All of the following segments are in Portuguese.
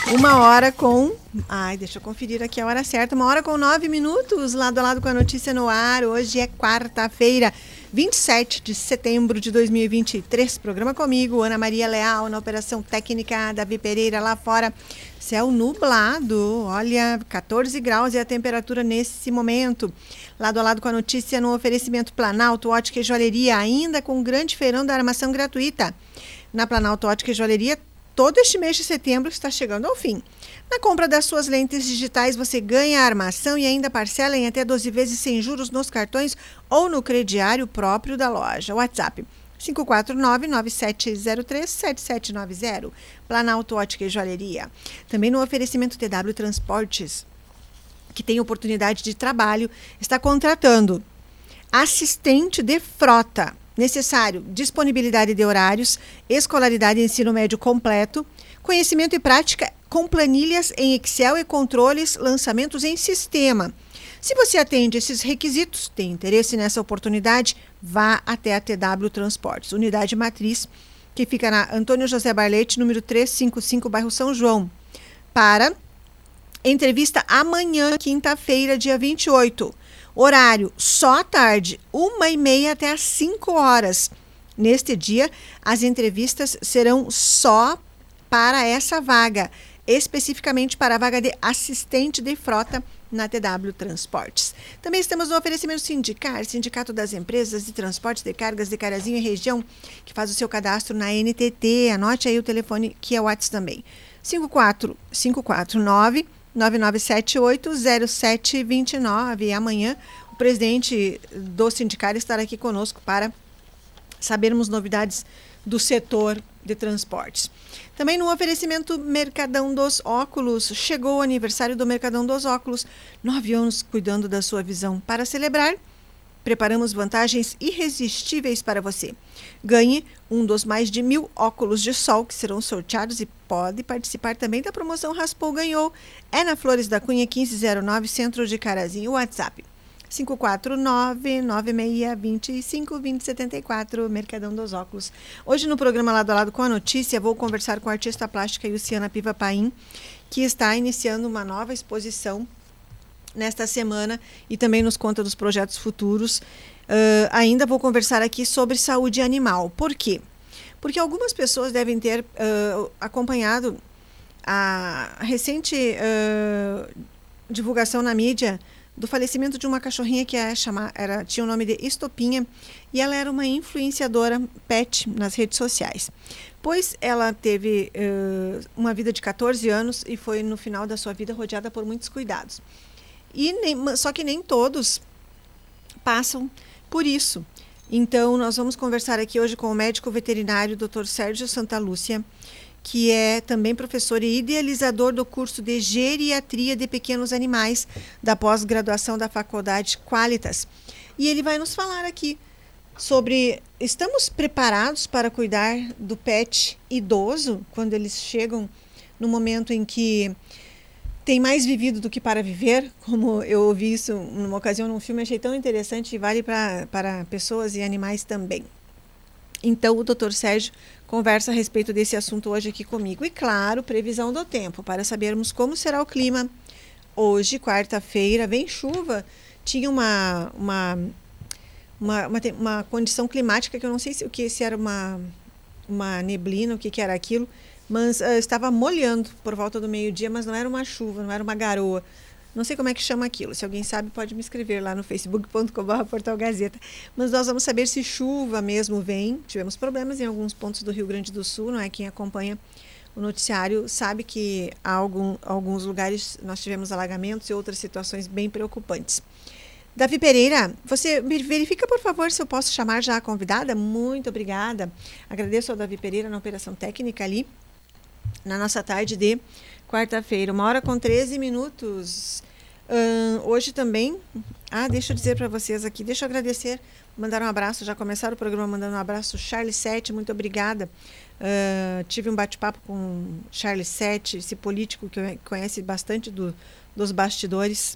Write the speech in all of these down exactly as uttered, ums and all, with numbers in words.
Uma hora com... Ai, deixa eu conferir aqui a hora certa. Uma hora com nove minutos, lado a lado com a notícia no ar. Hoje é quarta-feira, vinte e sete de setembro de dois mil e vinte e três. Programa comigo, Ana Maria Leal, na operação técnica, Davi Pereira lá fora. Céu nublado, olha, catorze graus é a temperatura nesse momento. Lado a lado com a notícia no oferecimento Planalto, Ótica e Joalheria, ainda com um grande feirão da armação gratuita. Na Planalto Ótica e Joalheria, todo este mês de setembro está chegando ao fim. Na compra das suas lentes digitais, você ganha a armação e ainda parcela em até doze vezes sem juros nos cartões ou no crediário próprio da loja. WhatsApp cinco quatro nove, nove sete zero três, sete sete nove zero. Planalto Ótica e Joalheria. Também no oferecimento T W Transportes, que tem oportunidade de trabalho, está contratando assistente de frota. Necessário disponibilidade de horários, escolaridade e ensino médio completo, conhecimento e prática com planilhas em Excel e controles, lançamentos em sistema. Se você atende esses requisitos, tem interesse nessa oportunidade, vá até a T W Transportes, unidade matriz, que fica na Antônio José Barlete, número trezentos e cinquenta e cinco, bairro São João. Para entrevista amanhã, quinta-feira, dia vinte e oito. Horário só à tarde, uma e meia até às cinco horas. Neste dia, as entrevistas serão só para essa vaga, especificamente para a vaga de assistente de frota na T W Transportes. Também estamos no oferecimento Sindicar, Sindicato das Empresas de Transportes de Cargas de Carazinho e Região, que faz o seu cadastro na N T T. Anote aí o telefone, que é o WhatsApp também. cinco quatro cinco quatro nove, nove nove sete oito, zero sete dois nove. E amanhã o presidente do Sindicar estará aqui conosco para sabermos novidades do setor de transportes. Também no oferecimento Mercadão dos Óculos. Chegou o aniversário do Mercadão dos Óculos. Nove anos cuidando da sua visão. Para celebrar, preparamos vantagens irresistíveis para você. Ganhe um dos mais de mil óculos de sol que serão sorteados e pode participar também da promoção Raspou Ganhou. É na Flores da Cunha, quinze zero nove, Centro de Carazinho. WhatsApp cinco quatro nove, nove seis dois cinco, dois zero sete quatro, Mercadão dos Óculos. Hoje no programa Lado a Lado com a Notícia, vou conversar com a artista plástica Luciana Piva Paim, que está iniciando uma nova exposição nesta semana e também nos conta dos projetos futuros. Uh, ainda vou conversar aqui sobre saúde animal. Por quê? Porque algumas pessoas devem ter uh, acompanhado a recente uh, divulgação na mídia do falecimento de uma cachorrinha que é chamar, era, tinha o nome de Estopinha, e ela era uma influenciadora pet nas redes sociais. Pois ela teve uh, uma vida de catorze anos e foi no final da sua vida rodeada por muitos cuidados. E nem, só que nem todos passam por isso. Então, nós vamos conversar aqui hoje com o médico veterinário doutor Sérgio Santalúcia, que é também professor e idealizador do curso de Geriatria de Pequenos Animais da pós-graduação da Faculdade Qualitas. E ele vai nos falar aqui sobre: estamos preparados para cuidar do pet idoso quando eles chegam no momento em que tem mais vivido do que para viver? Como eu ouvi isso numa ocasião num filme, achei tão interessante e vale pra, para pessoas e animais também. Então, o doutor Sérgio conversa a respeito desse assunto hoje aqui comigo. E, claro, previsão do tempo, para sabermos como será o clima. Hoje, quarta-feira, vem chuva. Tinha uma, uma, uma, uma, uma condição climática que eu não sei se, o que, se era uma, uma neblina, o que, que era aquilo, mas uh, estava molhando por volta do meio-dia, mas não era uma chuva, não era uma garoa. Não sei como é que chama aquilo. Se alguém sabe, pode me escrever lá no facebook ponto com barra Portal Gazeta. Mas nós vamos saber se chuva mesmo vem. Tivemos problemas em alguns pontos do Rio Grande do Sul, não é? Quem acompanha o noticiário sabe que há algum, alguns lugares nós tivemos alagamentos e outras situações bem preocupantes. Davi Pereira, você verifica, por favor, se eu posso chamar já a convidada? Muito obrigada. Agradeço ao Davi Pereira na operação técnica ali, na nossa tarde de quarta-feira, uma hora com treze minutos. Uh, hoje também, ah, deixa eu dizer para vocês aqui, deixa eu agradecer, mandar um abraço, já começaram o programa mandando um abraço, Charles Sete, muito obrigada. Uh, tive um bate-papo com Charles Sete, esse político que conhece bastante do, dos bastidores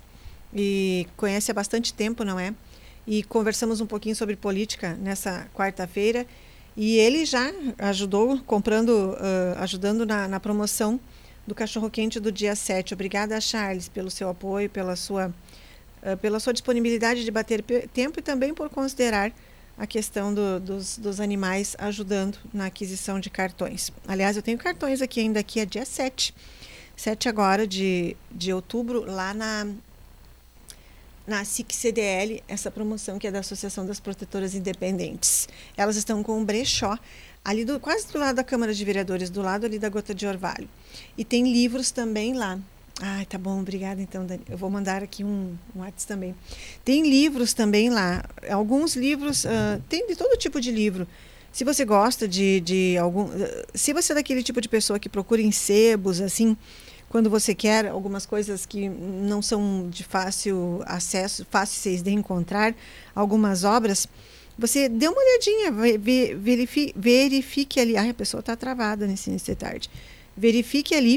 e conhece há bastante tempo, não é? E conversamos um pouquinho sobre política nessa quarta-feira. E ele já ajudou comprando, uh, ajudando na, na promoção do Cachorro Quente do dia sete. Obrigada, Charles, pelo seu apoio, pela sua, uh, pela sua disponibilidade de bater tempo e também por considerar a questão do, dos, dos animais ajudando na aquisição de cartões. Aliás, eu tenho cartões aqui ainda, aqui é dia sete. sete agora de, de outubro, lá na, na S I C C D L, essa promoção que é da Associação das Protetoras Independentes. Elas estão com um brechó, ali do, quase do lado da Câmara de Vereadores, do lado ali da Gota de Orvalho. E tem livros também lá. Ai, tá bom, obrigada então, Dani. Eu vou mandar aqui um, um WhatsApp também. Tem livros também lá, alguns livros, uh, tem de todo tipo de livro. Se você gosta de, de algum... Se você é daquele tipo de pessoa que procura em sebos, assim, quando você quer algumas coisas que não são de fácil acesso, fáceis de encontrar, algumas obras, você dê uma olhadinha, verifique, verifique ali. Ai, a pessoa está travada nesse início de tarde. Verifique ali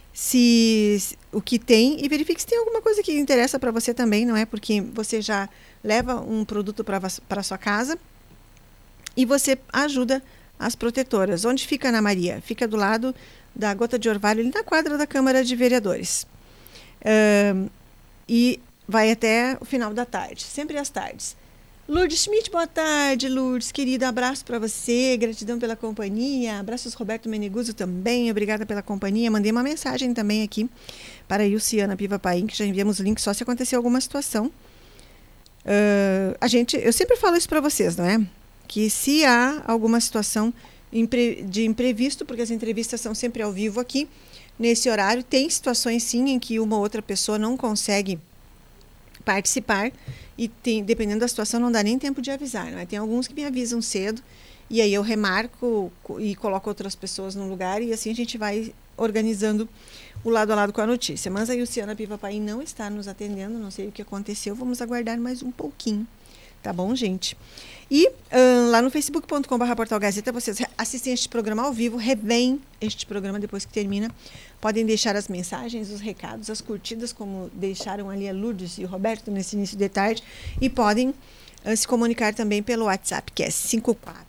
se o que tem e verifique se tem alguma coisa que interessa para você também, não é? Porque você já leva um produto para para sua casa e você ajuda as protetoras. Onde fica Ana Maria? Fica do lado da Gota de Orvalho, ali na quadra da Câmara de Vereadores. Uh, e vai até o final da tarde, sempre às tardes. Lourdes Schmidt, boa tarde, Lourdes, querida, abraço para você, gratidão pela companhia, abraços Roberto Meneguzzo também, obrigada pela companhia, mandei uma mensagem também aqui para a Ilciana Piva Paim, que já enviamos o link só se acontecer alguma situação. Uh, a gente, eu sempre falo isso para vocês, não é? Que se há alguma situação impre, de imprevisto, porque as entrevistas são sempre ao vivo aqui, nesse horário, tem situações sim em que uma ou outra pessoa não consegue participar e tem, dependendo da situação não dá nem tempo de avisar, não é? Tem alguns que me avisam cedo e aí eu remarco e coloco outras pessoas no lugar e assim a gente vai organizando o lado a lado com a notícia. Mas a Ilciana Piva Paim não está nos atendendo, não sei o que aconteceu, vamos aguardar mais um pouquinho, tá bom, gente? E uh, lá no facebook ponto com barra portal gazeta vocês assistem este programa ao vivo, revêem este programa depois que termina. Podem deixar as mensagens, os recados, as curtidas, como deixaram ali a Lourdes e o Roberto nesse início de tarde. E podem uh, se comunicar também pelo WhatsApp, que é cinco quatro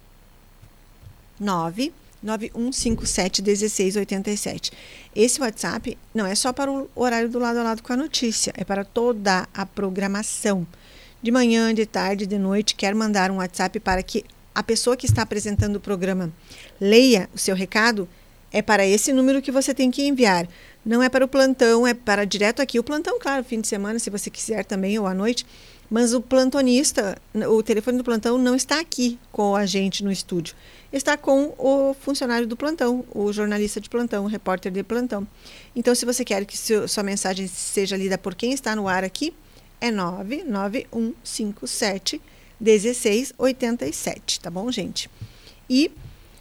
nove nove um cinco sete um seis oito sete. Esse WhatsApp não é só para o horário do lado a lado com a notícia, é para toda a programação. De manhã, de tarde, de noite, quer mandar um WhatsApp para que a pessoa que está apresentando o programa leia o seu recado, é para esse número que você tem que enviar. Não é para o plantão, é para direto aqui. O plantão, claro, fim de semana, se você quiser também, ou à noite. Mas o plantonista, o telefone do plantão não está aqui com a gente no estúdio. Está com o funcionário do plantão, o jornalista de plantão, o repórter de plantão. Então, se você quer que seu, sua mensagem seja lida por quem está no ar aqui, é nove nove um cinco sete um seis oito sete, tá bom, gente? E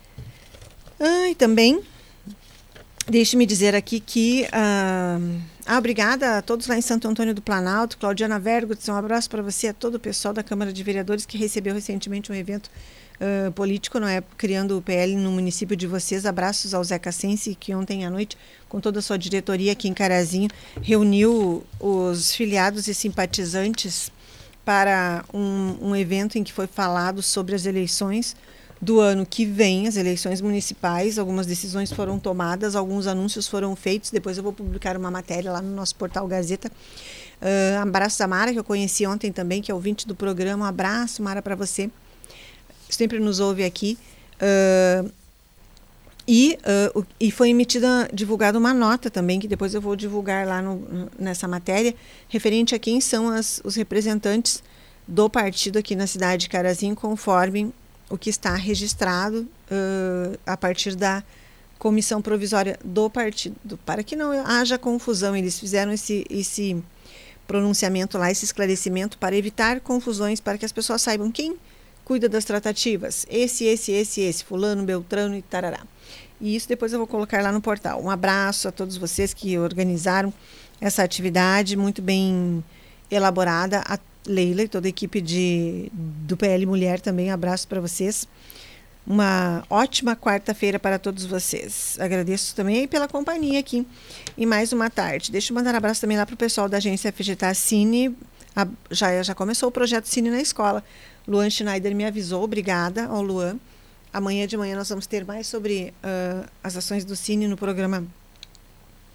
ah, também, deixe-me dizer aqui que... Ah, ah, obrigada a todos lá em Santo Antônio do Planalto, Claudiana Vergutz, um abraço para você, a todo o pessoal da Câmara de Vereadores que recebeu recentemente um evento uh, político, não é? Criando o P L no município de vocês. Abraços ao Zé Cassense, que ontem à noite, com toda a sua diretoria aqui em Carazinho, reuniu os filiados e simpatizantes para um, um evento em que foi falado sobre as eleições do ano que vem, as eleições municipais. Algumas decisões foram tomadas, alguns anúncios foram feitos, depois eu vou publicar uma matéria lá no nosso portal Gazeta. Uh, abraço a Mara, que eu conheci ontem também, que é ouvinte do programa. Um abraço, Mara, para você. Sempre nos ouve aqui. Uh, e, uh, e foi emitida, divulgada uma nota também, que depois eu vou divulgar lá no, nessa matéria, referente a quem são as, os representantes do partido aqui na cidade de Carazinho, conforme o que está registrado uh, a partir da comissão provisória do partido, para que não haja confusão. Eles fizeram esse, esse pronunciamento lá, esse esclarecimento para evitar confusões, para que as pessoas saibam quem cuida das tratativas, esse, esse, esse, esse, fulano, beltrano e tarará. E isso depois eu vou colocar lá no portal. Um abraço a todos vocês que organizaram essa atividade, muito bem elaborada, a Leila e toda a equipe de, do P L Mulher também, abraço para vocês. Uma ótima quarta-feira para todos vocês. Agradeço também pela companhia aqui em mais uma tarde. Deixa eu mandar um abraço também lá para o pessoal da agência F G T A Cine. A, já, já começou o projeto Cine na Escola. Luan Schneider me avisou, obrigada ao Luan. Amanhã de manhã nós vamos ter mais sobre uh, as ações do Cine no programa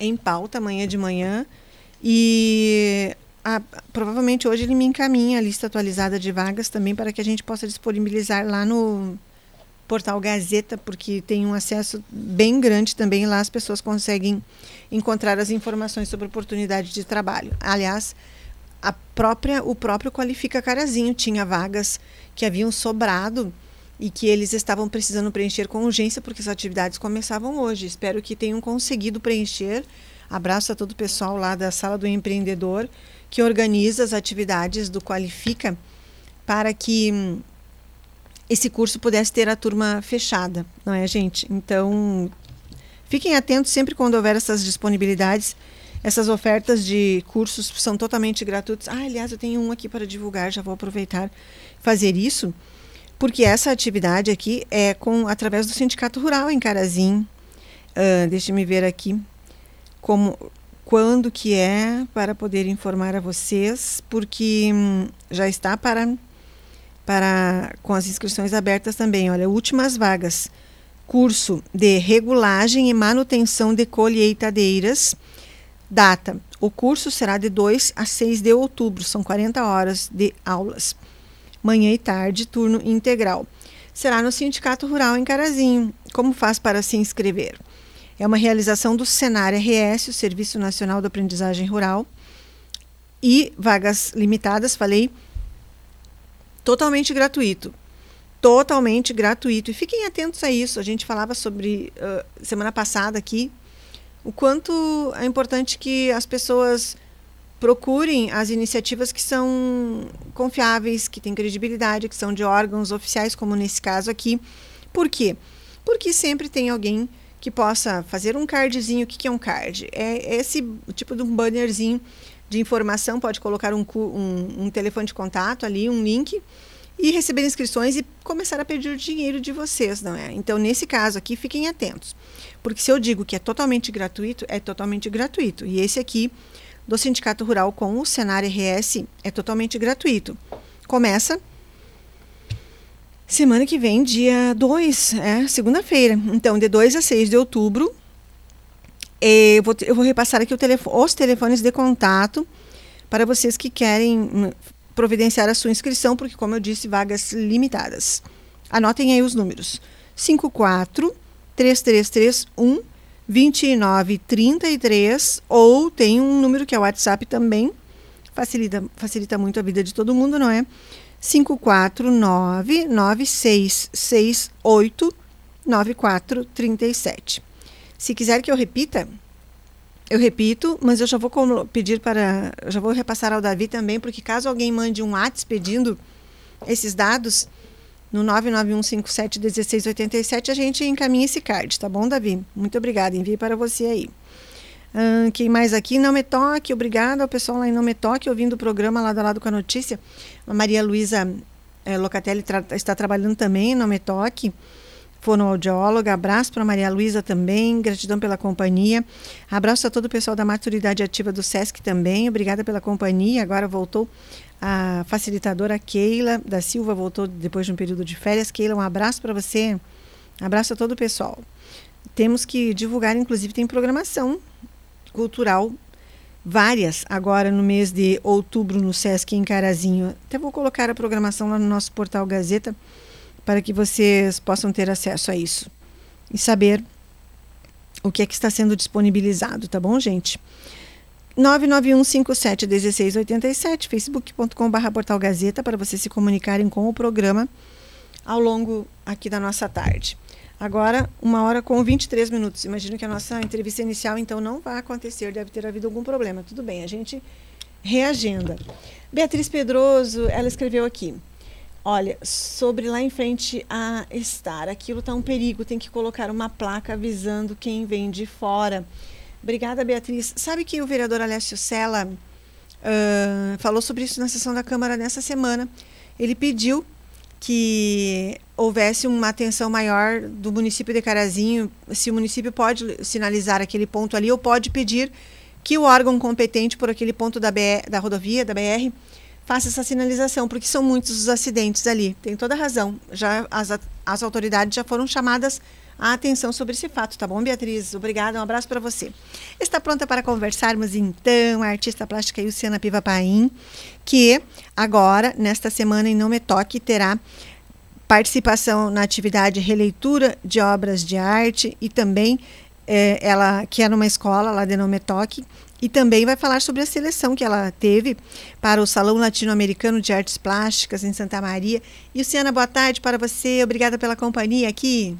em pauta amanhã de manhã e a, provavelmente hoje ele me encaminha a lista atualizada de vagas também para que a gente possa disponibilizar lá no portal Gazeta, porque tem um acesso bem grande também, lá as pessoas conseguem encontrar as informações sobre oportunidade de trabalho. Aliás, a própria, o próprio Qualifica Carazinho tinha vagas que haviam sobrado e que eles estavam precisando preencher com urgência, porque as atividades começavam hoje. Espero que tenham conseguido preencher. Abraço a todo o pessoal lá da Sala do Empreendedor, que organiza as atividades do Qualifica, para que hum, esse curso pudesse ter a turma fechada, não é, gente? Então, fiquem atentos sempre quando houver essas disponibilidades. Essas ofertas de cursos são totalmente gratuitos. Ah, aliás, eu tenho um aqui para divulgar, já vou aproveitar fazer isso, porque essa atividade aqui é com, através do Sindicato Rural em Carazinho. Uh, deixa-me ver aqui como, quando que é, para poder informar a vocês, porque hum, já está para, para, com as inscrições abertas também. Olha, últimas vagas. Curso de regulagem e manutenção de colheitadeiras. Data. O curso será de dois a seis de outubro. São quarenta horas de aulas. Manhã e tarde, turno integral. Será no Sindicato Rural em Carazinho. Como faz para se inscrever? É uma realização do Senar R S, o Serviço Nacional de Aprendizagem Rural. E vagas limitadas, falei, totalmente gratuito. Totalmente gratuito. E fiquem atentos a isso. A gente falava sobre, uh, semana passada aqui, o quanto é importante que as pessoas procurem as iniciativas que são confiáveis, que têm credibilidade, que são de órgãos oficiais, como nesse caso aqui. Por quê? Porque sempre tem alguém que possa fazer um cardzinho. O que é um card? É esse tipo de um bannerzinho de informação, pode colocar um, um, um telefone de contato ali, um link, e receber inscrições e começar a pedir o dinheiro de vocês, não é? Então, nesse caso aqui, fiquem atentos. Porque se eu digo que é totalmente gratuito, é totalmente gratuito. E esse aqui, do Sindicato Rural com o Senar R S, é totalmente gratuito. Começa semana que vem, dia dois, é, segunda-feira. Então, de dois a seis de outubro, eu vou, eu vou repassar aqui o telefone, os telefones de contato para vocês que querem providenciar a sua inscrição, porque, como eu disse, vagas limitadas. Anotem aí os números. cinco quatro, três três três, um, dois nove três três, ou tem um número que é o WhatsApp também, facilita, facilita muito a vida de todo mundo, não é? cinco quatro nove, nove seis seis oito, nove quatro três sete. Se quiser que eu repita, eu repito, mas eu já vou pedir para, eu já vou repassar ao Davi também, porque caso alguém mande um WhatsApp pedindo esses dados, no nove nove um cinco sete um seis oito sete, a gente encaminha esse card, tá bom, Davi? Muito obrigada, envie para você aí. Hum, quem mais aqui? Não Me Toque, obrigada ao pessoal lá em Não Me Toque, ouvindo o programa Lado a Lado com a Notícia. A Maria Luísa eh, Locatelli tra- está trabalhando também em Não Me Toque, fonoaudióloga. Abraço para Maria Luísa também, gratidão pela companhia. Abraço a todo o pessoal da Maturidade Ativa do SESC também, obrigada pela companhia. Agora voltou a facilitadora Keila da Silva, voltou depois de um período de férias. Keila, um abraço para você, abraço a todo o pessoal. Temos que divulgar, inclusive tem programação cultural, várias, agora no mês de outubro no SESC em Carazinho. Até vou colocar a programação lá no nosso portal Gazeta, para que vocês possam ter acesso a isso e saber o que é que está sendo disponibilizado, tá bom, gente? nove nove um cinco sete um seis oito sete, facebook ponto com barra portal Gazeta, para vocês se comunicarem com o programa ao longo aqui da nossa tarde. Agora, uma hora com vinte e três minutos. Imagino que a nossa entrevista inicial, então, não vai acontecer, deve ter havido algum problema. Tudo bem, a gente reagenda. Beatriz Pedroso, ela escreveu aqui. Olha, sobre lá em frente a estar, aquilo está um perigo, tem que colocar uma placa avisando quem vem de fora. Obrigada, Beatriz. Sabe que o vereador Alessio Sela uh, falou sobre isso na sessão da Câmara nessa semana. Ele pediu que houvesse uma atenção maior do município de Carazinho, se o município pode sinalizar aquele ponto ali ou pode pedir que o órgão competente por aquele ponto da, B R, da rodovia, da B R, faça essa sinalização, porque são muitos os acidentes ali. Tem toda a razão. Já as, as autoridades já foram chamadas a atenção sobre esse fato, tá bom, Beatriz? Obrigada, um abraço para você. Está pronta para conversarmos, então, a artista plástica Ilciana Piva Paim, que agora, nesta semana em Não Me Toque, terá participação na atividade releitura de obras de arte e também é, ela que é numa escola lá de Não Me Toque, e também vai falar sobre a seleção que ela teve para o Salão Latino-Americano de Artes Plásticas em Santa Maria. Ilciana, boa tarde para você, obrigada pela companhia aqui.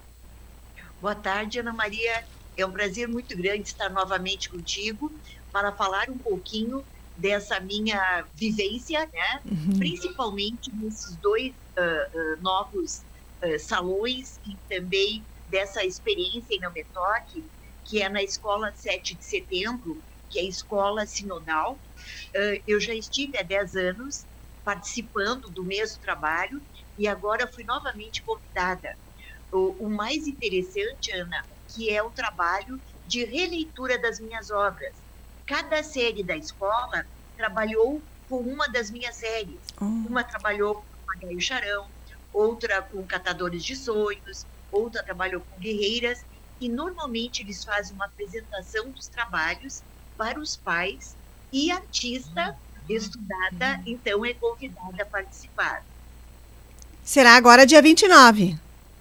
Boa tarde, Ana Maria. É um prazer muito grande estar novamente contigo para falar um pouquinho dessa minha vivência, né? Uhum. Principalmente nesses dois uh, uh, novos uh, salões e também dessa experiência em Não Me Toque, que é na Escola sete de Setembro, que é a escola sinodal. Uh, eu já estive há dez anos participando do mesmo trabalho e agora fui novamente convidada. O, o mais interessante, Ana, que é o trabalho de releitura das minhas obras. Cada série da escola trabalhou com uma das minhas séries. Uhum. Uma trabalhou com Magalhães Charão, outra com Catadores de Sonhos, outra trabalhou com Guerreiras, e normalmente eles fazem uma apresentação dos trabalhos para os pais e a artista estudada, então, é convidada a participar. Será agora dia vinte e nove.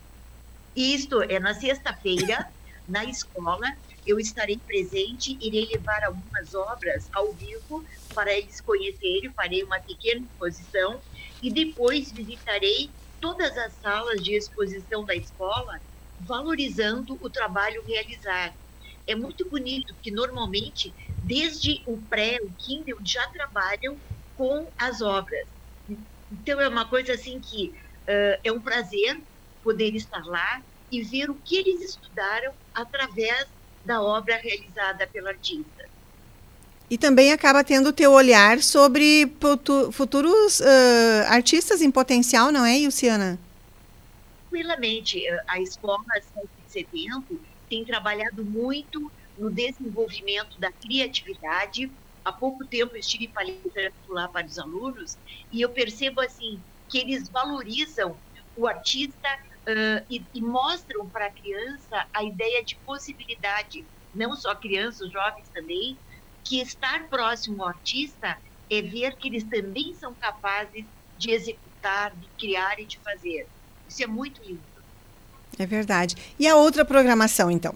Isto é na sexta-feira, na escola. Eu estarei presente, irei levar algumas obras ao vivo para eles conhecerem, farei uma pequena exposição e depois visitarei todas as salas de exposição da escola, valorizando o trabalho realizado. É muito bonito, porque normalmente, desde o pré, o kinder, já trabalham com as obras. Então, é uma coisa assim que uh, é um prazer poder estar lá e ver o que eles estudaram através da obra realizada pelo artista. E também acaba tendo o teu olhar sobre futuros uh, artistas em potencial, não é, Ilciana? Tranquilamente. A Escola sete de Setembro tem trabalhado muito no desenvolvimento da criatividade. Há pouco tempo eu estive palestrando lá para os alunos e eu percebo assim que eles valorizam o artista uh, e, e mostram para a criança a ideia de possibilidade, não só crianças, jovens também, que estar próximo ao artista é ver que eles também são capazes de executar, de criar e de fazer. Isso é muito lindo. É verdade. E a outra programação, então?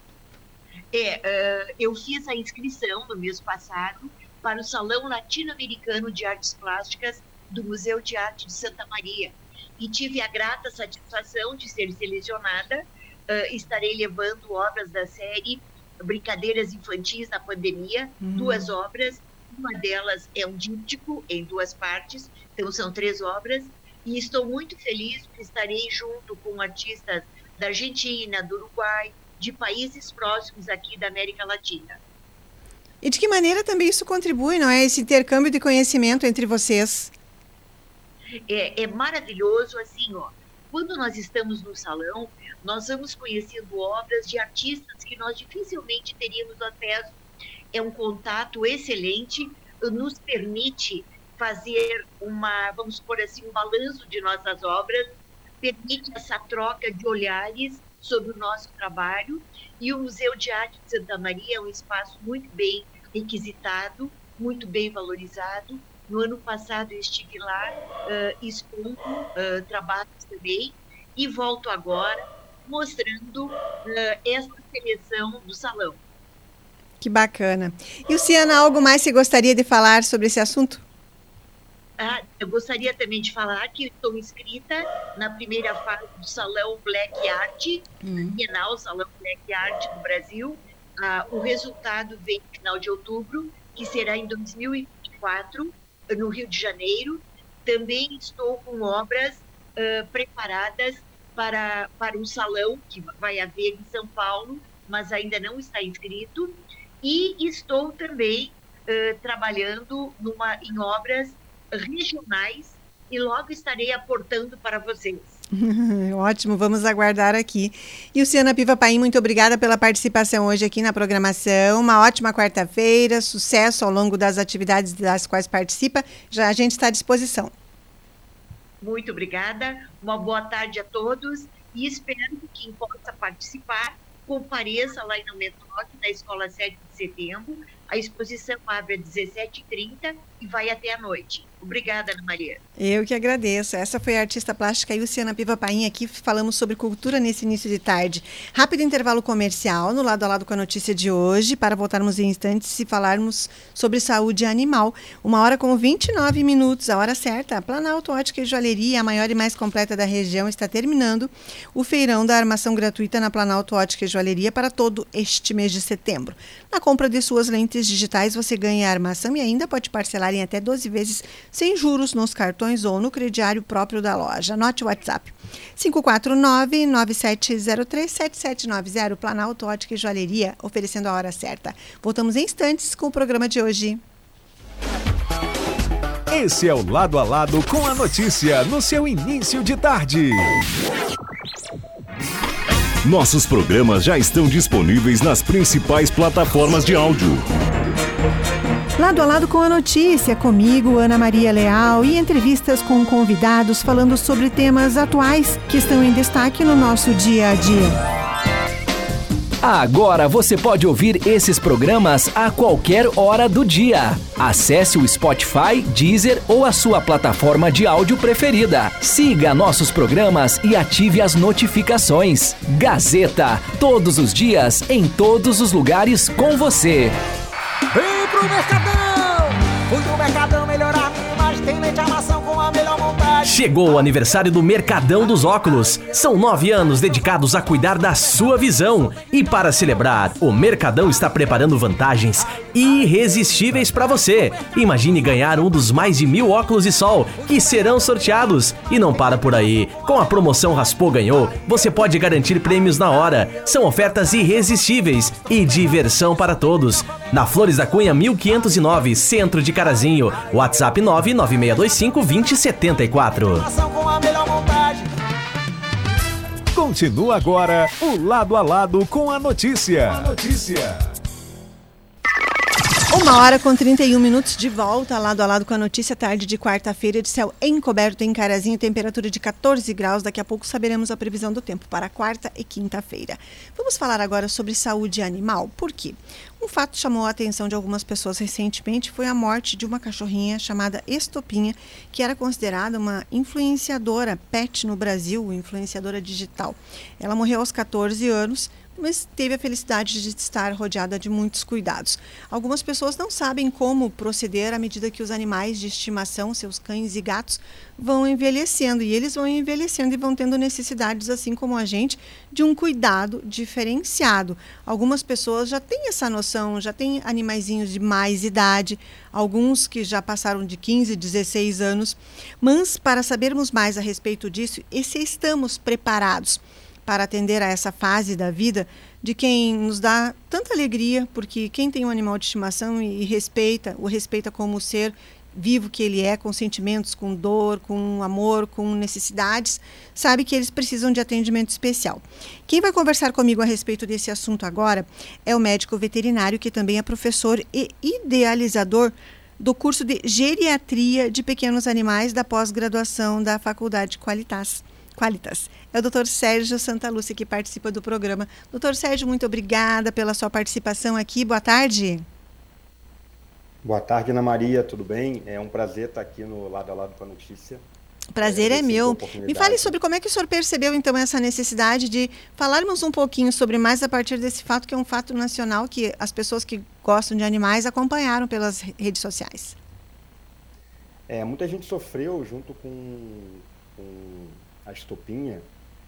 É, uh, eu fiz a inscrição no mês passado para o Salão Latino-Americano de Artes Plásticas do Museu de Arte de Santa Maria. E tive a grata satisfação de ser selecionada. Uh, estarei levando obras da série Brincadeiras Infantis na Pandemia, uhum. duas obras. Uma delas é um díptico em duas partes, então são três obras. E estou muito feliz porque estarei junto com artistas da Argentina, do Uruguai, de países próximos aqui da América Latina. E de que maneira também isso contribui, não é? Esse intercâmbio de conhecimento entre vocês? É, é maravilhoso, assim, ó. Quando nós estamos no salão, nós vamos conhecendo obras de artistas que nós dificilmente teríamos acesso. É um contato excelente, nos permite fazer uma, vamos supor assim, um balanço de nossas obras, permite essa troca de olhares sobre o nosso trabalho, e o Museu de Arte de Santa Maria é um espaço muito bem requisitado, muito bem valorizado. No ano passado eu estive lá uh, expondo uh, trabalhos também, e volto agora mostrando uh, essa seleção do salão. Que bacana. E, Ilciana, algo mais você gostaria de falar sobre esse assunto? Ah, eu gostaria também de falar que estou inscrita na primeira fase do Salão Black Art, hum. Bienal, Salão Black Art do Brasil. Ah, o resultado vem no final de outubro, que será em dois mil e vinte e quatro, no Rio de Janeiro. Também estou com obras uh, preparadas para, para um salão que vai haver em São Paulo, mas ainda não está inscrito. E estou também uh, trabalhando numa, em obras regionais e logo estarei aportando para vocês. Ótimo, vamos aguardar aqui. Ilciana Piva Paim, muito obrigada pela participação hoje aqui na programação. Uma ótima quarta-feira, sucesso ao longo das atividades das quais participa. Já a gente está à disposição. Muito obrigada, uma boa tarde a todos e espero que quem possa participar compareça lá em Aumentoque, na Escola sete de Setembro. A exposição abre às dezessete e trinta e vai até a noite. Obrigada, Ana Maria. Eu que agradeço. Essa foi a artista plástica Ilciana Piva Paim. Aqui falamos sobre cultura nesse início de tarde. Rápido intervalo comercial, no lado a lado com a notícia de hoje, para voltarmos em instantes e falarmos sobre saúde animal. Uma hora com vinte e nove minutos, a hora certa. A Planalto Ótica e Joalheria, a maior e mais completa da região, está terminando o feirão da armação gratuita na Planalto Ótica e Joalheria para todo este mês de setembro. Na compra de suas lentes digitais, você ganha a armação e ainda pode parcelar em até doze vezes sem juros nos cartões ou no crediário próprio da loja. Anote o WhatsApp. cinco quatro nove, nove sete zero três, sete sete nove zero, Planalto Ótica e Joalheria, oferecendo a hora certa. Voltamos em instantes com o programa de hoje. Esse é o Lado a Lado com a notícia no seu início de tarde. Nossos programas já estão disponíveis nas principais plataformas de áudio. Lado a lado com a notícia, comigo, Ana Maria Leal, e entrevistas com convidados falando sobre temas atuais que estão em destaque no nosso dia a dia. Agora você pode ouvir esses programas a qualquer hora do dia. Acesse o Spotify, Deezer ou a sua plataforma de áudio preferida. Siga nossos programas e ative as notificações. Gazeta, todos os dias, em todos os lugares com você. Vem pro Mercadão! Fui pro Mercadão melhorar minha imagem, tem leite armação com a melhor montagem. Chegou o aniversário do Mercadão dos Óculos. São nove anos dedicados a cuidar da sua visão. E para celebrar, o Mercadão está preparando vantagens irresistíveis para você. Imagine ganhar um dos mais de mil óculos de sol que serão sorteados. E não para por aí. Com a promoção Raspou Ganhou, você pode garantir prêmios na hora. São ofertas irresistíveis e diversão para todos. Na Flores da Cunha mil quinhentos e nove, Centro de Carazinho. WhatsApp nove nove seis dois cinco, dois zero sete quatro. Continua agora o Lado a Lado com a notícia. A notícia. Uma hora com trinta e um minutos de volta, lado a lado com a notícia, tarde de quarta-feira, de céu encoberto em Carazinho, temperatura de catorze graus. Daqui a pouco saberemos a previsão do tempo para quarta e quinta-feira. Vamos falar agora sobre saúde animal. Por quê? Um fato chamou a atenção de algumas pessoas recentemente, foi a morte de uma cachorrinha chamada Estopinha, que era considerada uma influenciadora pet no Brasil, influenciadora digital. Ela morreu aos catorze anos, mas teve a felicidade de estar rodeada de muitos cuidados. Algumas pessoas não sabem como proceder à medida que os animais de estimação, seus cães e gatos, vão envelhecendo. E eles vão envelhecendo e vão tendo necessidades, assim como a gente, de um cuidado diferenciado. Algumas pessoas já têm essa noção, já têm animaizinhos de mais idade, alguns que já passaram de quinze, dezesseis anos. Mas, para sabermos mais a respeito disso, e se estamos preparados para atender a essa fase da vida de quem nos dá tanta alegria, porque quem tem um animal de estimação e respeita, o respeita como ser vivo que ele é, com sentimentos, com dor, com amor, com necessidades, sabe que eles precisam de atendimento especial. Quem vai conversar comigo a respeito desse assunto agora é o médico veterinário, que também é professor e idealizador do curso de Geriatria de Pequenos Animais da pós-graduação da Faculdade Qualitas. Qualitas. É o doutor Sérgio Santalúcia que participa do programa. doutor Sérgio, muito obrigada pela sua participação aqui. Boa tarde. Boa tarde, Ana Maria. Tudo bem? É um prazer estar aqui no Lado a Lado com a Notícia. O prazer é, é meu. Me fale sobre como é que o senhor percebeu, então, essa necessidade de falarmos um pouquinho sobre mais a partir desse fato, que é um fato nacional, que as pessoas que gostam de animais acompanharam pelas redes sociais. É, muita gente sofreu junto com... com a Estopinha,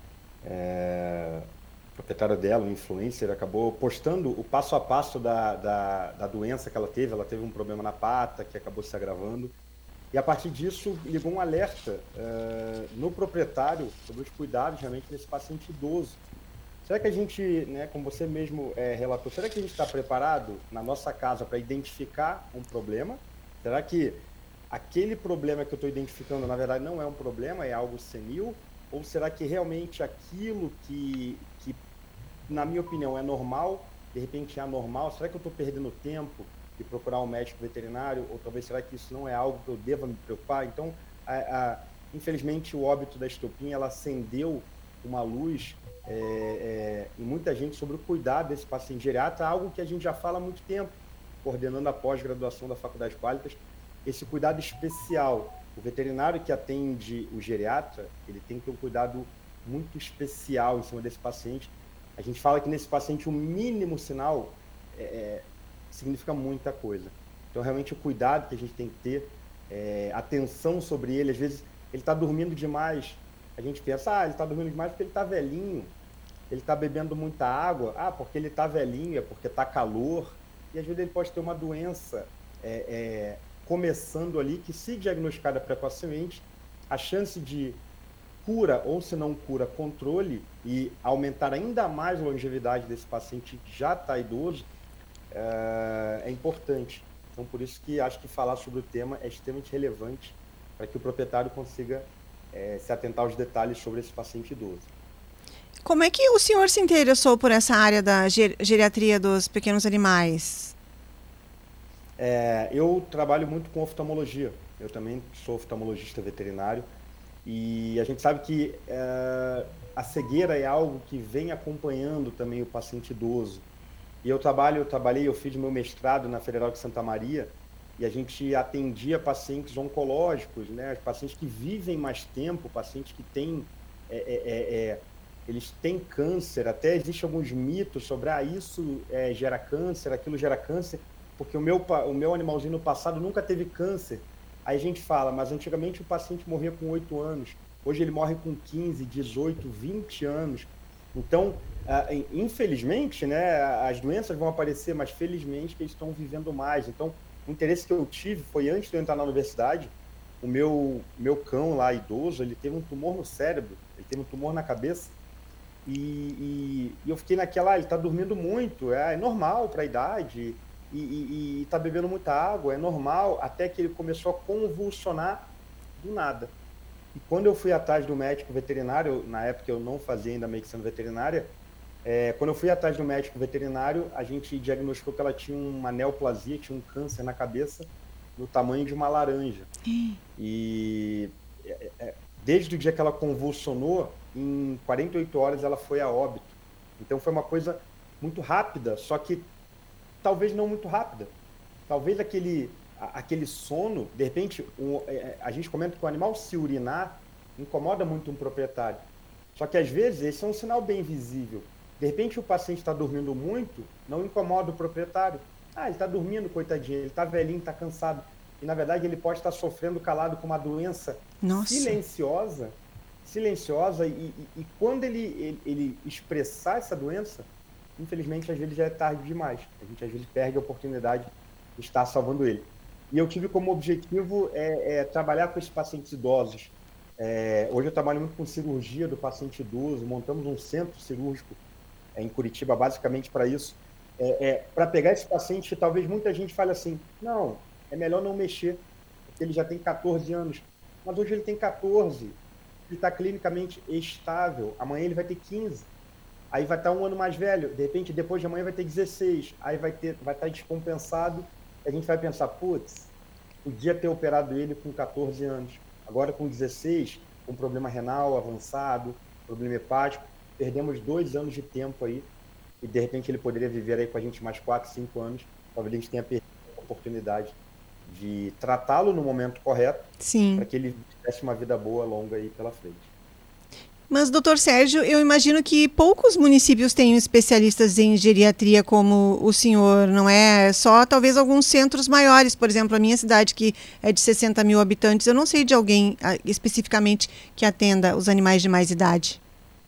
é, o proprietário dela, o influencer, acabou postando o passo a passo da, da, da doença que ela teve. Ela teve um problema na pata que acabou se agravando. E a partir disso, ligou um alerta é, no proprietário sobre os cuidados realmente desse paciente idoso. Será que a gente, né, como você mesmo é, relatou, será que a gente está preparado na nossa casa para identificar um problema? Será que aquele problema que eu estou identificando, na verdade, não é um problema, é algo senil? Ou será que realmente aquilo que, que, na minha opinião, é normal, de repente é anormal? Será que eu estou perdendo tempo de procurar um médico veterinário? Ou talvez será que isso não é algo que eu deva me preocupar? Então, a, a, infelizmente, o óbito da Estopinha, ela acendeu uma luz é, é, em muita gente sobre o cuidado desse paciente geriatra, algo que a gente já fala há muito tempo, coordenando a pós-graduação da Faculdade Qualitas, esse cuidado especial. O veterinário que atende o geriatra, ele tem que ter um cuidado muito especial em cima desse paciente. A gente fala que nesse paciente o mínimo sinal é, significa muita coisa. Então, realmente, o cuidado que a gente tem que ter, é, atenção sobre ele. Às vezes, ele está dormindo demais. A gente pensa, ah, ele está dormindo demais porque ele está velhinho. Ele está bebendo muita água. Ah, porque ele está velhinho, é porque está calor. E, às vezes, ele pode ter uma doença é, é, começando ali, que, se diagnosticada precocemente, a chance de cura, ou se não cura, controle, e aumentar ainda mais a longevidade desse paciente que já está idoso, é, é importante. Então, por isso que acho que falar sobre o tema é extremamente relevante para que o proprietário consiga é, se atentar aos detalhes sobre esse paciente idoso. Como é que o senhor se interessou por essa área da ger- geriatria dos pequenos animais? É, eu trabalho muito com oftalmologia. Eu também sou oftalmologista veterinário. E a gente sabe que é, a cegueira é algo que vem acompanhando também o paciente idoso. E eu trabalho, eu trabalhei, eu fiz meu mestrado na Federal de Santa Maria, e a gente atendia pacientes oncológicos, né? Pacientes que vivem mais tempo, pacientes que têm, é, é, é, eles têm câncer. Até existem alguns mitos sobre, ah, isso é, gera câncer, aquilo gera câncer, porque o meu, o meu animalzinho no passado nunca teve câncer. Aí a gente fala, mas antigamente o paciente morria com oito anos, hoje ele morre com quinze, dezoito, vinte anos. Então, infelizmente, né, as doenças vão aparecer, mas felizmente que eles estão vivendo mais. Então, o interesse que eu tive foi, antes de eu entrar na universidade, o meu, meu cão lá, idoso, ele teve um tumor no cérebro, ele teve um tumor na cabeça, e, e, e eu fiquei naquela, ah, ele está dormindo muito, é, é normal para a idade, e está bebendo muita água, é normal, até que ele começou a convulsionar do nada. E quando eu fui atrás do médico veterinário, na época eu não fazia ainda medicina veterinária, é, quando eu fui atrás do médico veterinário, a gente diagnosticou que ela tinha uma neoplasia, tinha um câncer na cabeça, no tamanho de uma laranja. E é, é, desde o dia que ela convulsionou, em quarenta e oito horas ela foi a óbito. Então foi uma coisa muito rápida, só que talvez não muito rápida. Talvez aquele, aquele sono, de repente, um, a gente comenta que o animal se urinar incomoda muito um proprietário. Só que, às vezes, esse é um sinal bem visível. De repente, o paciente está dormindo muito, não incomoda o proprietário. Ah, ele está dormindo, coitadinho, ele está velhinho, está cansado. E, na verdade, ele pode estar sofrendo calado com uma doença Nossa. silenciosa, silenciosa, e, e, e quando ele, ele, ele expressar essa doença, infelizmente, às vezes já é tarde demais. A gente, às vezes, perde a oportunidade de estar salvando ele. E eu tive como objetivo é, é, trabalhar com esses pacientes idosos. É, hoje eu trabalho muito com cirurgia do paciente idoso, montamos um centro cirúrgico é, em Curitiba, basicamente para isso. É, é, para pegar esse paciente, talvez muita gente fale assim, não, é melhor não mexer, porque ele já tem catorze anos. Mas hoje ele tem catorze, ele está clinicamente estável, amanhã ele vai ter quinze. Aí vai estar um ano mais velho, de repente, depois de amanhã vai ter dezesseis, aí vai, ter, vai estar descompensado, a gente vai pensar, putz, podia ter operado ele com catorze anos, agora com dezesseis, com problema renal avançado, problema hepático, perdemos dois anos de tempo aí, e de repente ele poderia viver aí com a gente mais quatro, cinco anos, talvez a gente tenha perdido a oportunidade de tratá-lo no momento correto, para que ele tivesse uma vida boa, longa aí pela frente. Mas, doutor Sérgio, eu imagino que poucos municípios tenham especialistas em geriatria como o senhor, não é? Só talvez alguns centros maiores, por exemplo, a minha cidade, que é de sessenta mil habitantes, eu não sei de alguém especificamente que atenda os animais de mais idade.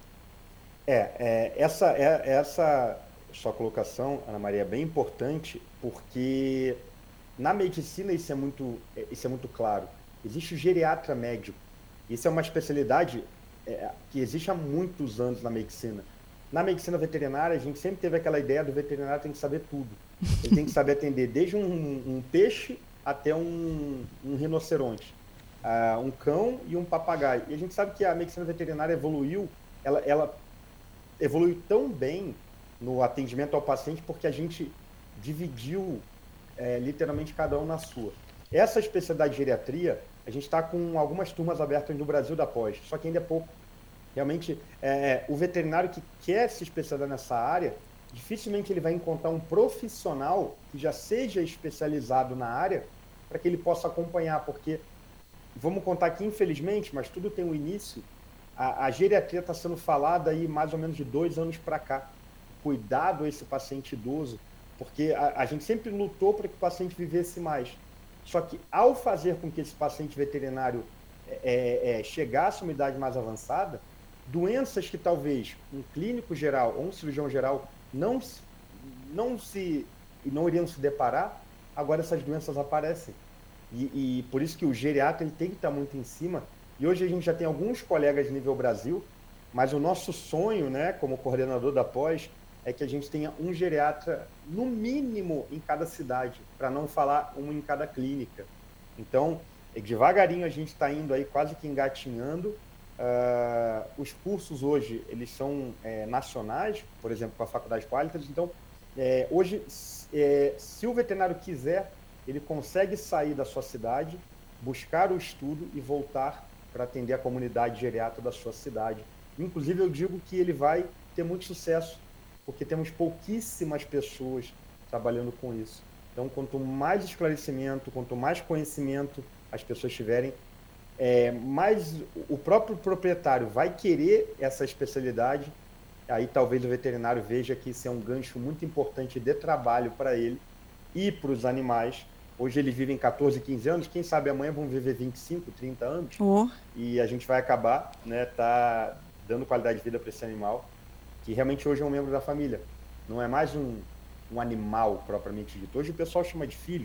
É, é essa, é, essa sua colocação, Ana Maria, é bem importante, porque na medicina isso é muito, isso é muito claro. Existe o geriatra médico. Isso é uma especialidade É, que existe há muitos anos na medicina. Na medicina veterinária, a gente sempre teve aquela ideia do veterinário tem que saber tudo. Ele tem que saber atender desde um, um peixe até um, um rinoceronte, uh, um cão e um papagaio. E a gente sabe que a medicina veterinária evoluiu, ela, ela evoluiu tão bem no atendimento ao paciente porque a gente dividiu é, literalmente cada um na sua. Essa especialidade de geriatria, a gente está com algumas turmas abertas no Brasil da pós, só que ainda é pouco. Realmente, é, o veterinário que quer se especializar nessa área, dificilmente ele vai encontrar um profissional que já seja especializado na área para que ele possa acompanhar, porque, vamos contar aqui, infelizmente, mas tudo tem um início, a, a geriatria está sendo falada aí mais ou menos de dois anos para cá. Cuidado a esse paciente idoso, porque a, a gente sempre lutou para que o paciente vivesse mais. Só que ao fazer com que esse paciente veterinário é, é, chegasse a uma idade mais avançada, doenças que talvez um clínico geral ou um cirurgião geral não, não, se, não iriam se deparar, agora essas doenças aparecem. E, e por isso que o geriatra ele tem que estar muito em cima. E hoje a gente já tem alguns colegas de nível Brasil, mas o nosso sonho, né, como coordenador da pós, é que a gente tenha um geriatra, no mínimo, em cada cidade, para não falar um em cada clínica. Então, devagarinho a gente está indo aí, quase que engatinhando. Uh, os cursos hoje, eles são é, nacionais, por exemplo, com a Faculdade Qualitas. Então, é, hoje, é, se o veterinário quiser, ele consegue sair da sua cidade, buscar o estudo e voltar para atender a comunidade geriatra da sua cidade. Inclusive, eu digo que ele vai ter muito sucesso, porque temos pouquíssimas pessoas trabalhando com isso. Então, quanto mais esclarecimento, quanto mais conhecimento as pessoas tiverem, é, mais o próprio proprietário vai querer essa especialidade, aí talvez o veterinário veja que isso é um gancho muito importante de trabalho para ele e para os animais. Hoje eles vivem catorze, quinze anos, quem sabe amanhã vão viver vinte e cinco, trinta anos, oh. e a gente vai acabar, né, tá dando qualidade de vida para esse animal, que realmente hoje é um membro da família. Não é mais um, um animal propriamente dito. Hoje o pessoal chama de filho.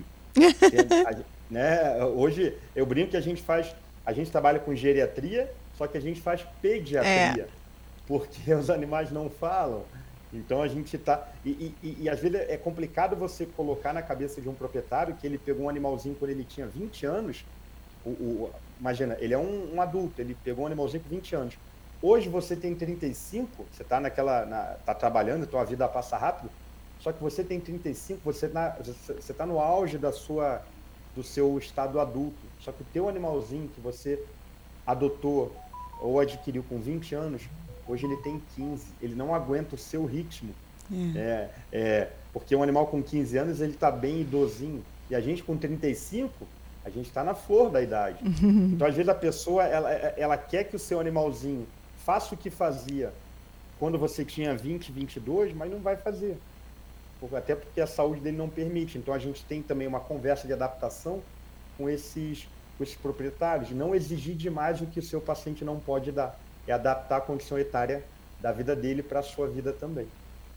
a, né? Hoje eu brinco que a gente faz, a gente trabalha com geriatria, só que a gente faz pediatria, é. porque os animais não falam. Então a gente está... E, e, e às vezes é complicado você colocar na cabeça de um proprietário que ele pegou um animalzinho quando ele tinha vinte anos. O, o, imagina, ele é um, um adulto, ele pegou um animalzinho com vinte anos. Hoje você tem trinta e cinco, você está naquela, na, tá trabalhando, a tua vida passa rápido, só que você tem trinta e cinco, você está você tá no auge da sua, do seu estado adulto. Só que o teu animalzinho que você adotou ou adquiriu com vinte anos, hoje ele tem quinze, ele não aguenta o seu ritmo. É. É, é, porque um animal com quinze anos, ele está bem idosinho. E a gente com trinta e cinco, a gente está na flor da idade. Então, às vezes, a pessoa, ela, ela quer que o seu animalzinho faça o que fazia quando você tinha vinte, vinte e dois, mas não vai fazer. Até porque a saúde dele não permite. Então, a gente tem também uma conversa de adaptação com esses, com esses proprietários. Não exigir demais o que o seu paciente não pode dar. É adaptar a condição etária da vida dele para a sua vida também.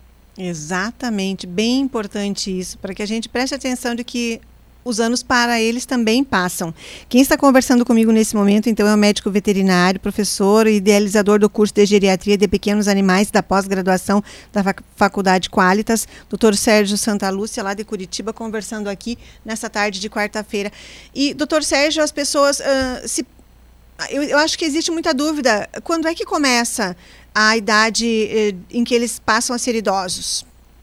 Exatamente. Bem importante isso, para que a gente preste atenção de que os anos para eles também passam. Quem está conversando comigo nesse momento, então, é o médico veterinário, professor e idealizador do curso de geriatria de pequenos animais da pós-graduação da Faculdade Qualitas, doutor Sérgio Santalúcia, lá de Curitiba, conversando aqui nessa tarde de quarta-feira. E, doutor Sérgio, as pessoas uh, se... Eu, eu acho que existe muita dúvida. Quando é que começa a idade eh, em que eles passam a ser idosos?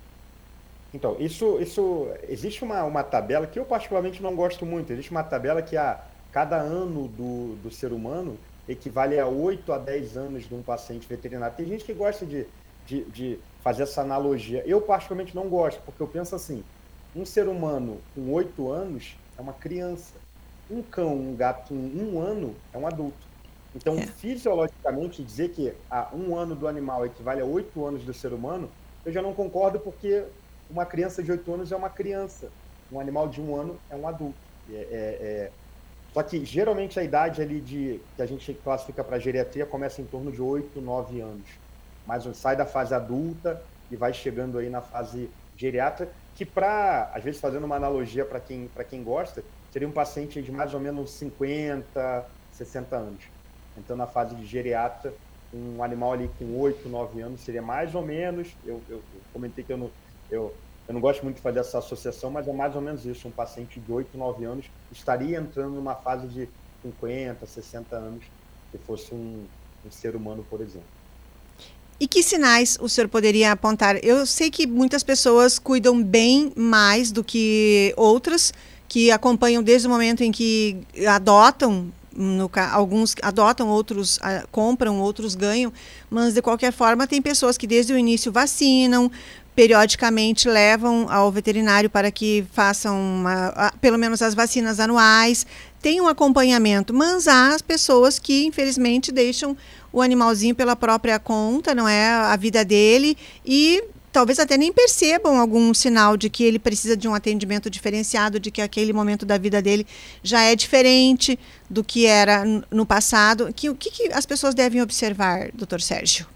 Então, isso, isso existe uma, uma tabela que eu particularmente não gosto muito. Existe uma tabela que a cada ano do, do ser humano equivale a oito a dez anos de um paciente veterinário. Tem gente que gosta de, de, de fazer essa analogia. Eu particularmente não gosto, porque eu penso assim, um ser humano com oito anos é uma criança. Um cão, um gato com um ano é um adulto. Então, é. fisiologicamente, dizer que a um ano do animal equivale a oito anos do ser humano, eu já não concordo, porque uma criança de oito anos é uma criança, um animal de um ano é um adulto. É, é, é... Só que, geralmente, a idade ali de, que a gente classifica para geriatria começa em torno de oito, nove anos. Mas sai da fase adulta e vai chegando aí na fase geriatra, que, para, às vezes, fazendo uma analogia para quem, para quem gosta, seria um paciente de mais ou menos cinquenta, sessenta anos. Então, na fase de geriatra, um animal ali com oito, nove anos seria mais ou menos, eu, eu, eu comentei que eu não, eu, eu não gosto muito de fazer essa associação, mas é mais ou menos isso, um paciente de oito, nove anos estaria entrando numa fase de cinquenta, sessenta anos, se fosse um, um ser humano, por exemplo. E que sinais o senhor poderia apontar? Eu sei que muitas pessoas cuidam bem mais do que outras, que acompanham desde o momento em que adotam no, alguns adotam, outros uh, compram, outros ganham, mas de qualquer forma tem pessoas que desde o início vacinam, periodicamente levam ao veterinário para que façam uma, a, pelo menos as vacinas anuais, tem um acompanhamento, mas há as pessoas que infelizmente deixam o animalzinho pela própria conta, não é a vida dele, e talvez até nem percebam algum sinal de que ele precisa de um atendimento diferenciado, de que aquele momento da vida dele já é diferente do que era no passado. Que, o que, que as pessoas devem observar, doutor Sérgio?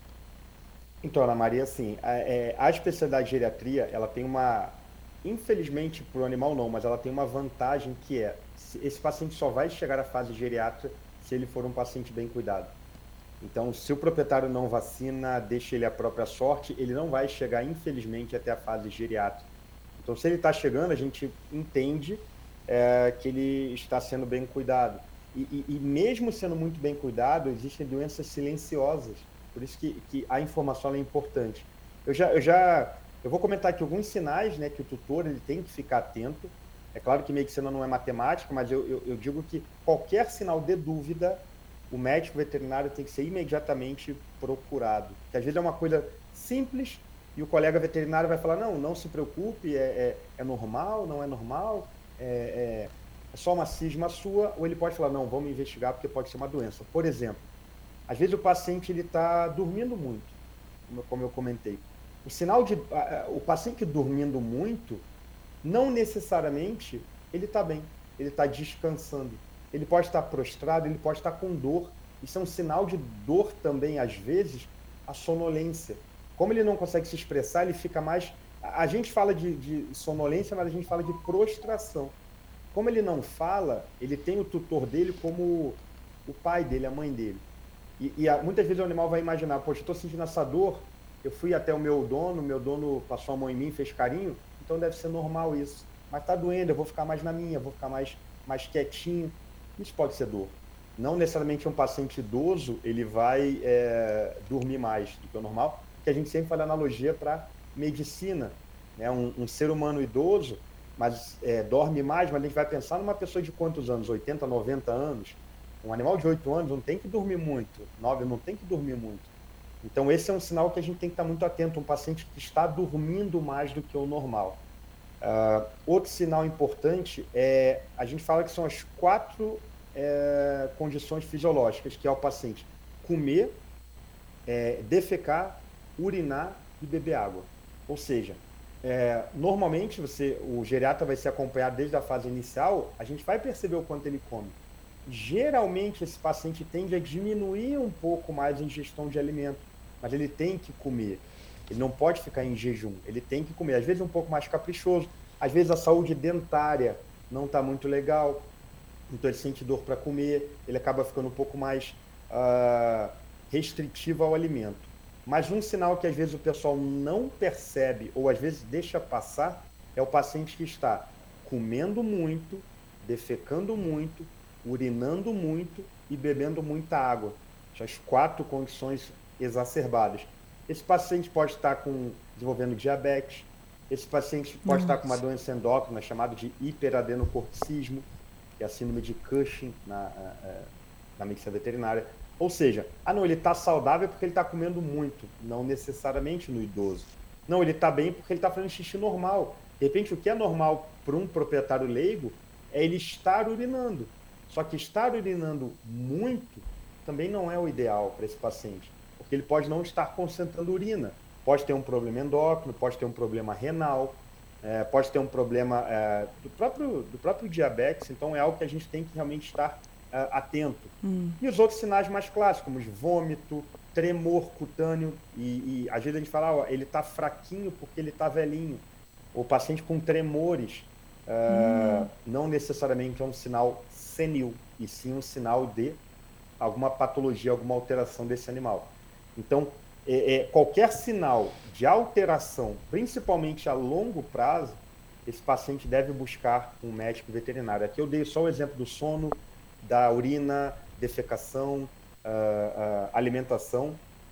Então, Ana Maria, assim, a, é, a especialidade de geriatria, ela tem uma, infelizmente para o animal não, mas ela tem uma vantagem que é, esse paciente só vai chegar à fase geriátrica se ele for um paciente bem cuidado. Então, se o proprietário não vacina, deixa ele à própria sorte, ele não vai chegar, infelizmente, até a fase geriátrica. Então, se ele está chegando, a gente entende é, que ele está sendo bem cuidado. E, e, e mesmo sendo muito bem cuidado, existem doenças silenciosas. Por isso que, que a informação é importante. Eu já, eu já eu vou comentar aqui alguns sinais, né, que o tutor ele tem que ficar atento. É claro que medicina não é matemática, mas eu, eu, eu digo que qualquer sinal de dúvida, o médico veterinário tem que ser imediatamente procurado. Porque às vezes é uma coisa simples e o colega veterinário vai falar, não, não se preocupe, é, é, é normal, não é normal, é, é, é só uma cisma sua, ou ele pode falar, não, vamos investigar porque pode ser uma doença. Por exemplo, às vezes o paciente está dormindo muito, como eu comentei. O sinal de... O paciente dormindo muito, não necessariamente ele está bem, ele está descansando. Ele pode estar prostrado, ele pode estar com dor. Isso é um sinal de dor também, às vezes, a sonolência. Como ele não consegue se expressar, ele fica mais... A gente fala de, de sonolência, mas a gente fala de prostração. Como ele não fala, ele tem o tutor dele como o pai dele, a mãe dele. E, e a, muitas vezes o animal vai imaginar, poxa, eu estou sentindo essa dor, eu fui até o meu dono, meu dono passou a mão em mim, fez carinho, então deve ser normal isso. Mas está doendo, eu vou ficar mais na minha, vou ficar mais, mais quietinho. Isso pode ser dor. Não necessariamente um paciente idoso, ele vai é, dormir mais do que o normal, porque a gente sempre faz analogia para medicina. Né? Um, um ser humano idoso, mas é, dorme mais, mas a gente vai pensar numa pessoa de quantos anos? oitenta, noventa anos? Um animal de oito anos não tem que dormir muito, nove não tem que dormir muito. Então esse é um sinal que a gente tem que estar muito atento, um paciente que está dormindo mais do que o normal. Uh, outro sinal importante é, a gente fala que são as quatro é, condições fisiológicas, que é o paciente comer, é, defecar, urinar e beber água. Ou seja, é, normalmente você, o geriatra vai ser acompanhado desde a fase inicial, a gente vai perceber o quanto ele come. Geralmente esse paciente tende a diminuir um pouco mais a ingestão de alimento, mas ele tem que comer. Ele não pode ficar em jejum, ele tem que comer. Às vezes um pouco mais caprichoso, às vezes a saúde dentária não está muito legal, então ele sente dor para comer, ele acaba ficando um pouco mais uh, restritivo ao alimento. Mas um sinal que às vezes o pessoal não percebe ou às vezes deixa passar é o paciente que está comendo muito, defecando muito, urinando muito e bebendo muita água. As quatro condições exacerbadas. Esse paciente pode estar com, desenvolvendo diabetes, esse paciente pode Nossa. estar com uma doença endócrina chamada de hiperadenocorticismo, que é a síndrome de Cushing na, na medicina veterinária. Ou seja, ah não, ele está saudável porque ele está comendo muito, não necessariamente no idoso. Não, ele está bem porque ele está fazendo xixi normal. De repente, o que é normal para um proprietário leigo é ele estar urinando. Só que estar urinando muito também não é o ideal para esse paciente, porque ele pode não estar concentrando urina. Pode ter um problema endócrino, pode ter um problema renal, é, pode ter um problema é, do, próprio, do próprio diabetes, então é algo que a gente tem que realmente estar é, atento. Hum. E os outros sinais mais clássicos, como vômito, tremor cutâneo, e, e às vezes a gente fala, ó, ele está fraquinho porque ele está velhinho. O paciente com tremores, é, hum. não necessariamente é um sinal senil, e sim um sinal de alguma patologia, alguma alteração desse animal. Então, é, é, qualquer sinal de alteração, principalmente a longo prazo, esse paciente deve buscar um médico veterinário. Aqui eu dei só o exemplo do sono, da urina, defecação, uh, uh, alimentação,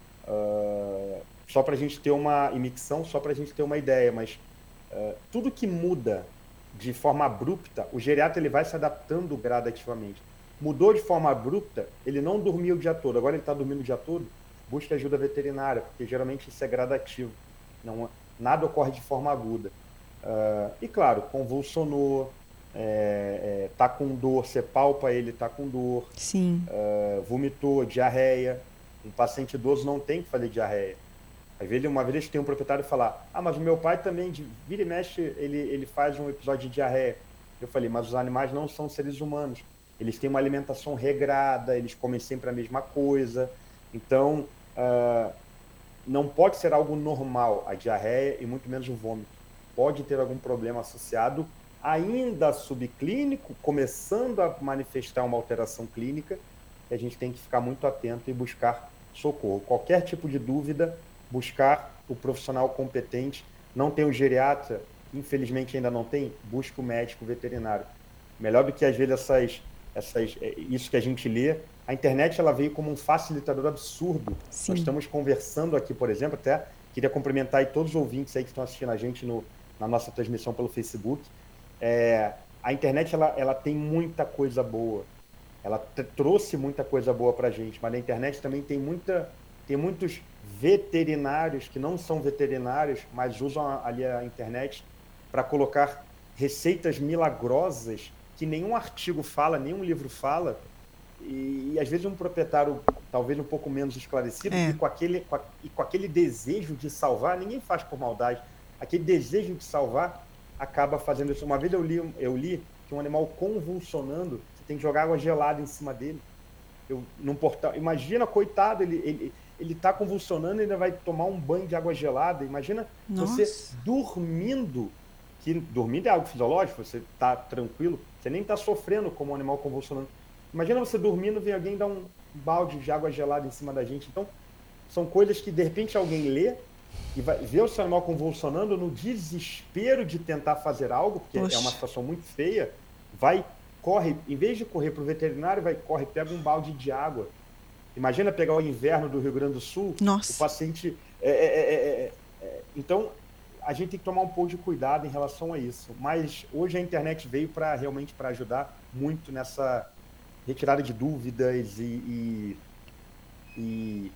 uh, só para a gente ter uma imicção, só para a gente ter uma ideia, mas uh, tudo que muda de forma abrupta, o geriatra ele vai se adaptando gradativamente. mudou de forma abrupta, ele não dormia o dia todo, agora ele está dormindo o dia todo, busque ajuda veterinária, porque geralmente isso é gradativo, não, nada ocorre de forma aguda. Uh, e claro, convulsionou, é, é, tá com dor, você palpa ele, tá com dor, Sim. Uh, vomitou, diarreia. Um paciente idoso não tem que fazer diarreia. Às vezes, uma vez tem um proprietário falar, ah, mas o meu pai também, de vira e mexe, ele, ele faz um episódio de diarreia. Eu falei, mas os animais não são seres humanos. Eles têm uma alimentação regrada, eles comem sempre a mesma coisa. Então, uh, não pode ser algo normal a diarreia e muito menos o vômito. Pode ter algum problema associado, ainda subclínico, começando a manifestar uma alteração clínica, que a gente tem que ficar muito atento e buscar socorro. Qualquer tipo de dúvida, buscar o profissional competente. Não tem o geriatra, infelizmente ainda não tem, busca o médico veterinário. Melhor do que às vezes essas, essas, isso que a gente lê, a internet ela veio como um facilitador absurdo. Sim. Nós estamos conversando aqui, por exemplo, até queria cumprimentar aí todos os ouvintes aí que estão assistindo a gente no, na nossa transmissão pelo Facebook. É, a internet ela, ela tem muita coisa boa. Ela trouxe muita coisa boa para a gente, mas na internet também tem, muita, tem muitos veterinários que não são veterinários, mas usam a, ali a internet para colocar receitas milagrosas que nenhum artigo fala, nenhum livro fala, e, e às vezes um proprietário talvez um pouco menos esclarecido é. e, com aquele, com a, e com aquele desejo de salvar, ninguém faz por maldade, aquele desejo de salvar acaba fazendo isso. Uma vez eu li, eu li que um animal convulsionando, tem que jogar água gelada em cima dele. Eu, num portal, imagina, coitado, ele ele ele está convulsionando e ainda vai tomar um banho de água gelada. Imagina Nossa. Você dormindo, que dormindo é algo fisiológico, você está tranquilo, você nem está sofrendo como um animal convulsionando. Imagina você dormindo, vem alguém dar um balde de água gelada em cima da gente. Então, são coisas que de repente alguém lê e vai ver o seu animal convulsionando no desespero de tentar fazer algo, porque Poxa. É uma situação muito feia, vai corre, em vez de correr para o veterinário, vai, corre, pega um balde de água. Imagina pegar o inverno do Rio Grande do Sul, Nossa. O paciente... É, é, é, é, então, a gente tem que tomar um pouco de cuidado em relação a isso. Mas hoje a internet veio para realmente para ajudar muito nessa retirada de dúvidas e, e, e,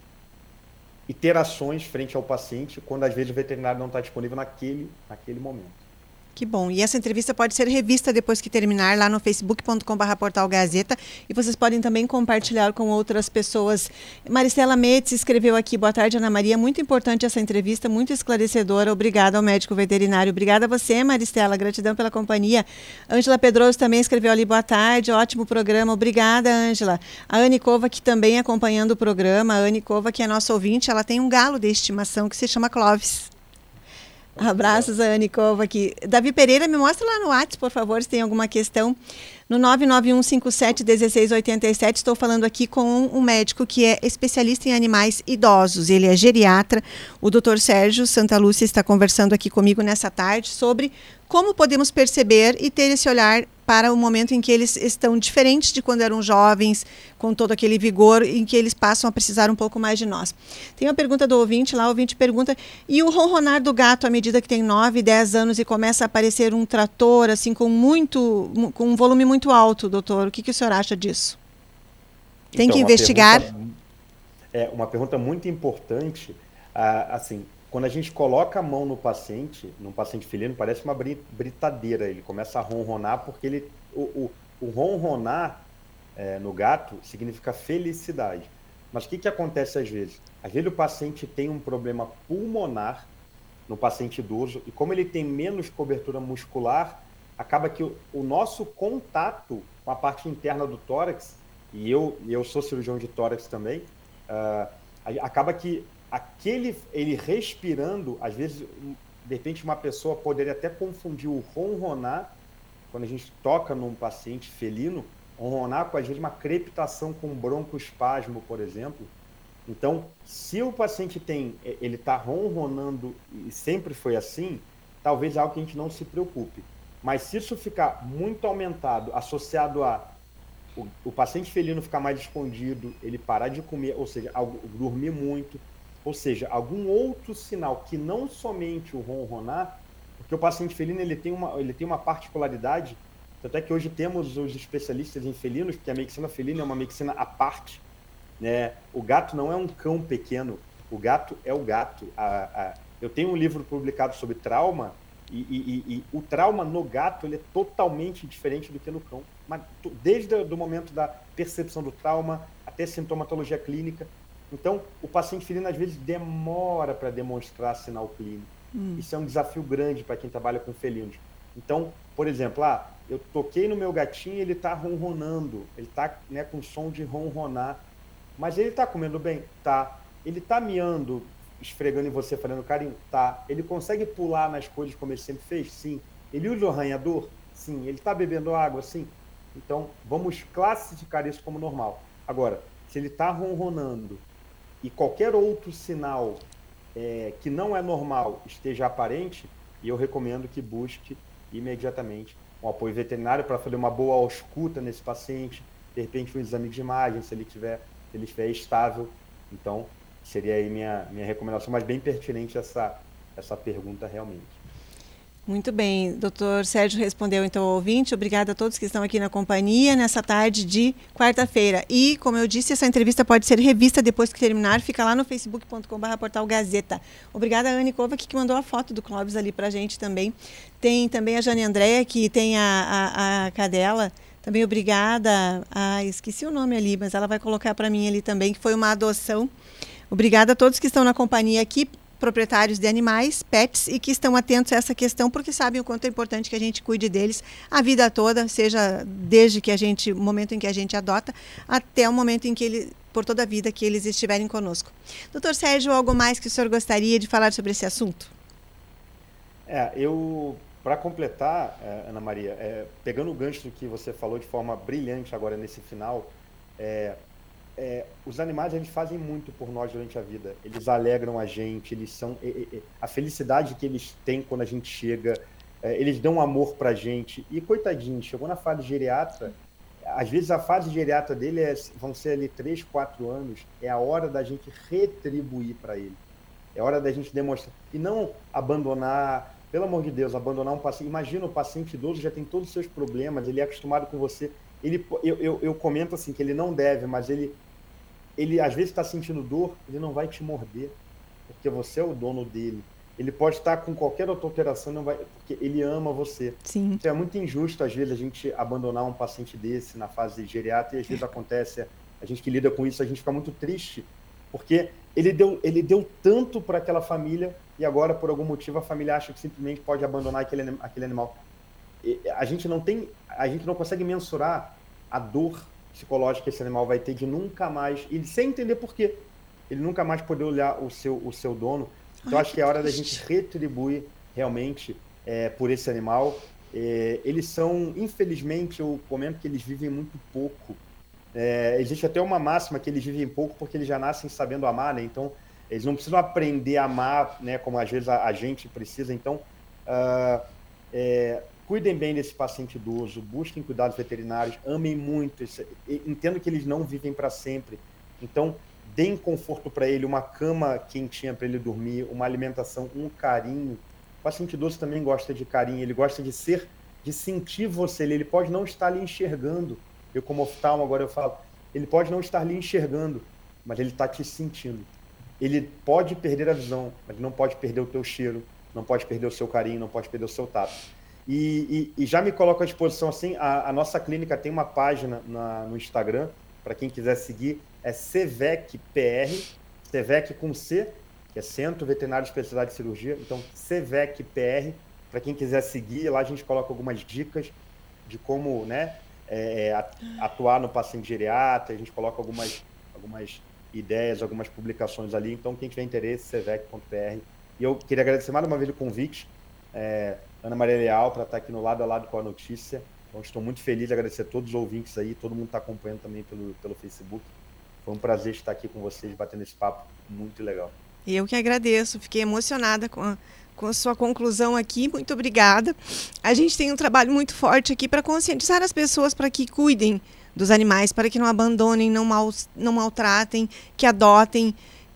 e ter ações frente ao paciente, quando às vezes o veterinário não está disponível naquele, naquele momento. Que bom. E essa entrevista pode ser revista depois que terminar lá no facebook ponto com barra portal Gazeta, e vocês podem também compartilhar com outras pessoas. Maristela Metz escreveu aqui, boa tarde, Ana Maria, muito importante essa entrevista, muito esclarecedora, obrigada ao médico veterinário. Obrigada a você, Maristela, gratidão pela companhia. Ângela Pedroso também escreveu ali, boa tarde, ótimo programa, obrigada, Ângela. A Anne Cova, que também acompanhando o programa, a Anne Cova, que é nossa ouvinte, ela tem um galo de estimação que se chama Clóvis. Abraços, a Anne Cova aqui. Davi Pereira, me mostra lá no WhatsApp, por favor, se tem alguma questão. No nove nove um cinco sete um seis oito sete, estou falando aqui com um médico que é especialista em animais idosos. Ele é geriatra. O doutor Sérgio Santa Lúcia está conversando aqui comigo nessa tarde sobre como podemos perceber e ter esse olhar para o momento em que eles estão diferentes de quando eram jovens, com todo aquele vigor, em que eles passam a precisar um pouco mais de nós. Tem uma pergunta do ouvinte lá, o ouvinte pergunta, e o ronronar do gato à medida que tem nove, dez anos e começa a aparecer um trator, assim, com muito, com um volume muito alto, doutor, o que, que o senhor acha disso? Tem então, que investigar? Pergunta, é uma pergunta muito importante, ah, assim, quando a gente coloca a mão no paciente, num paciente felino, parece uma britadeira. Ele começa a ronronar porque ele, o, o, o ronronar é, no gato significa felicidade. Mas o que, que acontece às vezes? Às vezes o paciente tem um problema pulmonar no paciente idoso e como ele tem menos cobertura muscular, acaba que o, o nosso contato com a parte interna do tórax, e eu, eu sou cirurgião de tórax também, uh, acaba que aquele, ele respirando, às vezes, de repente uma pessoa poderia até confundir o ronronar, quando a gente toca num paciente felino, ronronar com, às vezes, uma crepitação com broncoespasmo, por exemplo. Então, se o paciente tem, ele está ronronando e sempre foi assim, talvez é algo que a gente não se preocupe. Mas se isso ficar muito aumentado, associado a o, o paciente felino ficar mais escondido, ele parar de comer, ou seja, dormir muito, ou seja, algum outro sinal que não somente o ronronar, porque o paciente felino ele tem uma, ele tem uma particularidade Tanto é que hoje temos os especialistas em felinos, porque a medicina felina é uma medicina à parte, né? O gato não é um cão pequeno, o gato é o gato. A, a, eu tenho um livro publicado sobre trauma, e, e, e, e o trauma no gato ele é totalmente diferente do que no cão. Mas, desde o momento da percepção do trauma até sintomatologia clínica. Então, o paciente felino às vezes demora para demonstrar sinal clínico. Hum. Isso é um desafio grande para quem trabalha com felinos. Então, por exemplo, ah, eu toquei no meu gatinho e ele está ronronando, ele está, né, com som de ronronar, mas ele está comendo bem? Tá. Ele está miando, esfregando em você, fazendo carinho? Tá. Ele consegue pular nas coisas como ele sempre fez? Sim. Ele usa o arranhador? Sim. Ele está bebendo água? Sim. Então, vamos classificar isso como normal. Agora, se ele está ronronando e qualquer outro sinal é, que não é normal esteja aparente, eu recomendo que busque imediatamente um apoio veterinário para fazer uma boa ausculta nesse paciente, de repente um exame de imagem, se ele tiver, se ele estiver estável. Então, seria aí minha, minha recomendação, mas bem pertinente essa, essa pergunta realmente. Muito bem, doutor Sérgio respondeu então ao ouvinte. Obrigada a todos que estão aqui na companhia nessa tarde de quarta-feira. E, como eu disse, essa entrevista pode ser revista depois que terminar. Fica lá no facebook ponto com barra portal Gazeta. Obrigada a Anne Kovac, que mandou a foto do Clóvis ali pra gente também. Tem também a Jane Andréa, que tem a, a, a cadela. Também obrigada. Ah, esqueci o nome ali, mas ela vai colocar para mim ali também, que foi uma adoção. Obrigada a todos que estão na companhia aqui, proprietários de animais, pets, e que estão atentos a essa questão, porque sabem o quanto é importante que a gente cuide deles a vida toda, seja desde que a gente, o momento em que a gente adota, até o momento em que ele, por toda a vida que eles estiverem conosco. doutor Sérgio, algo mais que o senhor gostaria de falar sobre esse assunto? É, eu, para completar, é, Ana Maria, é, pegando o gancho do que você falou de forma brilhante agora nesse final, é, É, os animais, eles fazem muito por nós durante a vida. Eles alegram a gente, eles são... É, é, a felicidade que eles têm quando a gente chega, é, eles dão amor pra gente. E, coitadinho, chegou na fase geriatra, às vezes a fase geriatra dele é, vão ser ali três, quatro anos, é a hora da gente retribuir para ele. É a hora da gente demonstrar. E não abandonar, pelo amor de Deus, abandonar um paciente. Imagina, o paciente idoso já tem todos os seus problemas, ele é acostumado com você. Ele, eu, eu, eu comento assim, que ele não deve, mas ele... ele às vezes está sentindo dor, ele não vai te morder, porque você é o dono dele. Ele pode estar com qualquer outra alteração, não vai, porque ele ama você. Sim. Então é muito injusto, às vezes, a gente abandonar um paciente desse na fase geriátrica, e às vezes acontece, a gente que lida com isso, a gente fica muito triste, porque ele deu, ele deu tanto para aquela família, e agora, por algum motivo, a família acha que simplesmente pode abandonar aquele, aquele animal. E a gente não tem, a gente não consegue mensurar a dor psicológica que esse animal vai ter de nunca mais, e sem entender por quê, ele nunca mais poder olhar o seu, o seu dono. Então, Ai, acho que é hora da gente retribuir realmente é, por esse animal. É, eles são, infelizmente, eu comento que eles vivem muito pouco. É, existe até uma máxima que eles vivem pouco porque eles já nascem sabendo amar, né? Então, eles não precisam aprender a amar, né? Como às vezes a, a gente precisa. Então, uh, é, cuidem bem desse paciente idoso, busquem cuidados veterinários, amem muito, entendo que eles não vivem para sempre, então deem conforto para ele, uma cama quentinha para ele dormir, uma alimentação, um carinho. O paciente idoso também gosta de carinho, ele gosta de ser, de sentir você, ele pode não estar lhe enxergando, eu como oftalmo agora eu falo, ele pode não estar lhe enxergando, mas ele está te sentindo. Ele pode perder a visão, mas não pode perder o teu cheiro, não pode perder o seu carinho, não pode perder o seu tato. E, e, e já me coloco à disposição assim, a, a nossa clínica tem uma página na, no Instagram, para quem quiser seguir, é C V E C P R, C V E C com C, que é Centro Veterinário de Especialidade de Cirurgia, então C V E C P R, para quem quiser seguir, lá a gente coloca algumas dicas de como, né, é, atuar no paciente geriatra, a gente coloca algumas, algumas ideias, algumas publicações ali, então quem tiver interesse, C V E C ponto P R. E eu queria agradecer mais uma vez o convite, é, Ana Maria Leal, para estar aqui no lado a lado com a notícia. Então, estou muito feliz de agradecer a todos os ouvintes aí, todo mundo está acompanhando também pelo, pelo Facebook. Foi um prazer estar aqui com vocês, batendo esse papo muito legal. E eu que agradeço, fiquei emocionada com a, com a sua conclusão aqui, muito obrigada. A gente tem um trabalho muito forte aqui para conscientizar as pessoas para que cuidem dos animais, para que não abandonem, não, mal, não maltratem, que adotem,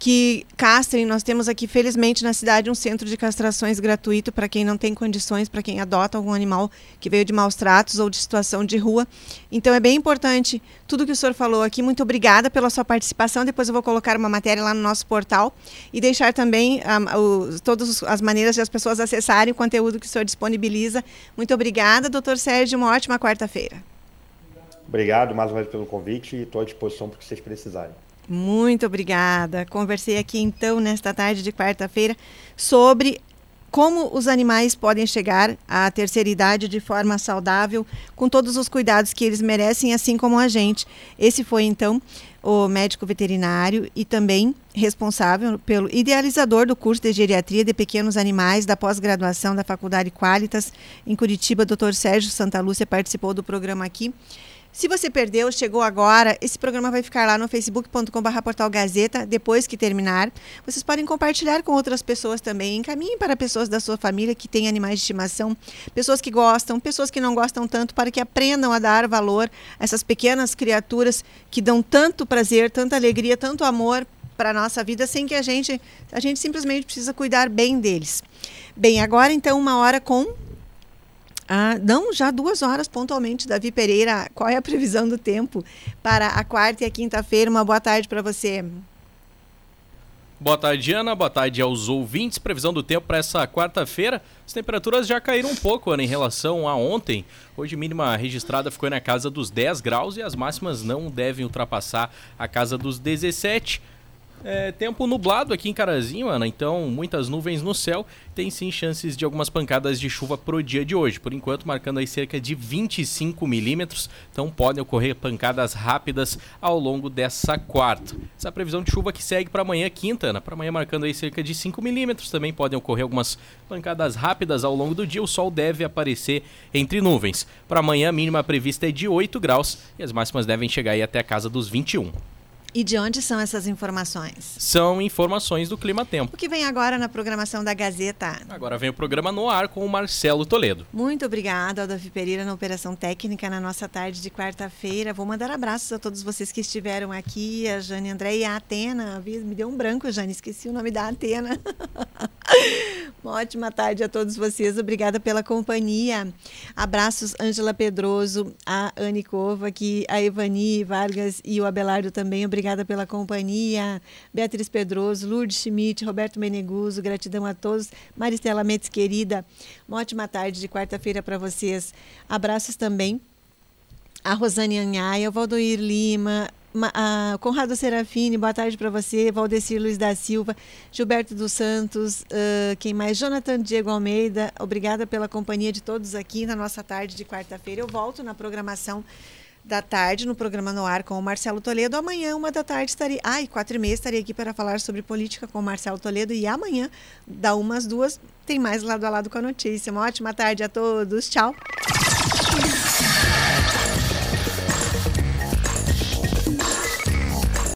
que castrem. Nós temos aqui, felizmente, na cidade, um centro de castrações gratuito para quem não tem condições, para quem adota algum animal que veio de maus tratos ou de situação de rua. Então, é bem importante tudo que o senhor falou aqui. Muito obrigada pela sua participação. Depois eu vou colocar uma matéria lá no nosso portal e deixar também um, o, todas as maneiras de as pessoas acessarem o conteúdo que o senhor disponibiliza. Muito obrigada, doutor Sérgio. Uma ótima quarta-feira. Obrigado mais uma vez pelo convite e estou à disposição para o que vocês precisarem. Muito obrigada. Conversei aqui então nesta tarde de quarta-feira sobre como os animais podem chegar à terceira idade de forma saudável, com todos os cuidados que eles merecem, assim como a gente. Esse foi então o médico veterinário e também responsável pelo idealizador do curso de geriatria de pequenos animais da pós-graduação da Faculdade Qualitas em Curitiba, doutor Sérgio Santalúcia, participou do programa aqui. Se você perdeu, chegou agora, esse programa vai ficar lá no facebook ponto com barra portal Gazeta, depois que terminar. Vocês podem compartilhar com outras pessoas também, encaminhem para pessoas da sua família que têm animais de estimação, pessoas que gostam, pessoas que não gostam tanto, para que aprendam a dar valor a essas pequenas criaturas que dão tanto prazer, tanta alegria, tanto amor para a nossa vida, sem que a gente, a gente simplesmente precisa cuidar bem deles. Bem, agora então uma hora com... Ah, não, já duas horas pontualmente. Davi Pereira, qual é a previsão do tempo para a quarta e a quinta-feira? Uma boa tarde para você. Boa tarde, Ana. Boa tarde aos ouvintes. Previsão do tempo para essa quarta-feira. As temperaturas já caíram um pouco, Ana, em relação a ontem. Hoje, mínima registrada ficou na casa dos dez graus e as máximas não devem ultrapassar a casa dos dezessete. É, tempo nublado aqui em Carazinho, Ana, então muitas nuvens no céu, tem sim chances de algumas pancadas de chuva pro dia de hoje, por enquanto marcando aí cerca de vinte e cinco milímetros, então podem ocorrer pancadas rápidas ao longo dessa quarta. Essa previsão de chuva que segue para amanhã, quinta, Ana, para amanhã marcando aí cerca de cinco milímetros, também podem ocorrer algumas pancadas rápidas ao longo do dia, o sol deve aparecer entre nuvens. Para amanhã a mínima prevista é de oito graus e as máximas devem chegar aí até a casa dos vinte e um. E de onde são essas informações? São informações do Clima Tempo. O que vem agora na programação da Gazeta? Agora vem o programa No Ar com o Marcelo Toledo. Muito obrigada ao Davi Pereira na operação técnica na nossa tarde de quarta-feira. Vou mandar abraços a todos vocês que estiveram aqui, a Jane André e a Atena. Me deu um branco, Jane, esqueci o nome da Atena. Uma ótima tarde a todos vocês, obrigada pela companhia. Abraços, Ângela Pedroso, a Anne Cova, aqui, a Evani Vargas e o Abelardo também, obrigada pela companhia. Beatriz Pedroso, Lourdes Schmidt, Roberto Meneguso, gratidão a todos. Maristela Metz, querida, uma ótima tarde de quarta-feira para vocês. Abraços também a Rosane Anhaia, o Valdoir Lima, a Conrado Serafini, boa tarde para você, Valdecir Luiz da Silva, Gilberto dos Santos, uh, quem mais? Jonathan Diego Almeida, obrigada pela companhia de todos aqui na nossa tarde de quarta-feira. Eu volto na programação da tarde, no programa No Ar com o Marcelo Toledo. Amanhã, uma da tarde, estarei, ai, quatro e meia, estarei aqui para falar sobre política com o Marcelo Toledo, e amanhã, da uma às duas, tem mais Lado a Lado com a Notícia. Uma ótima tarde a todos, tchau!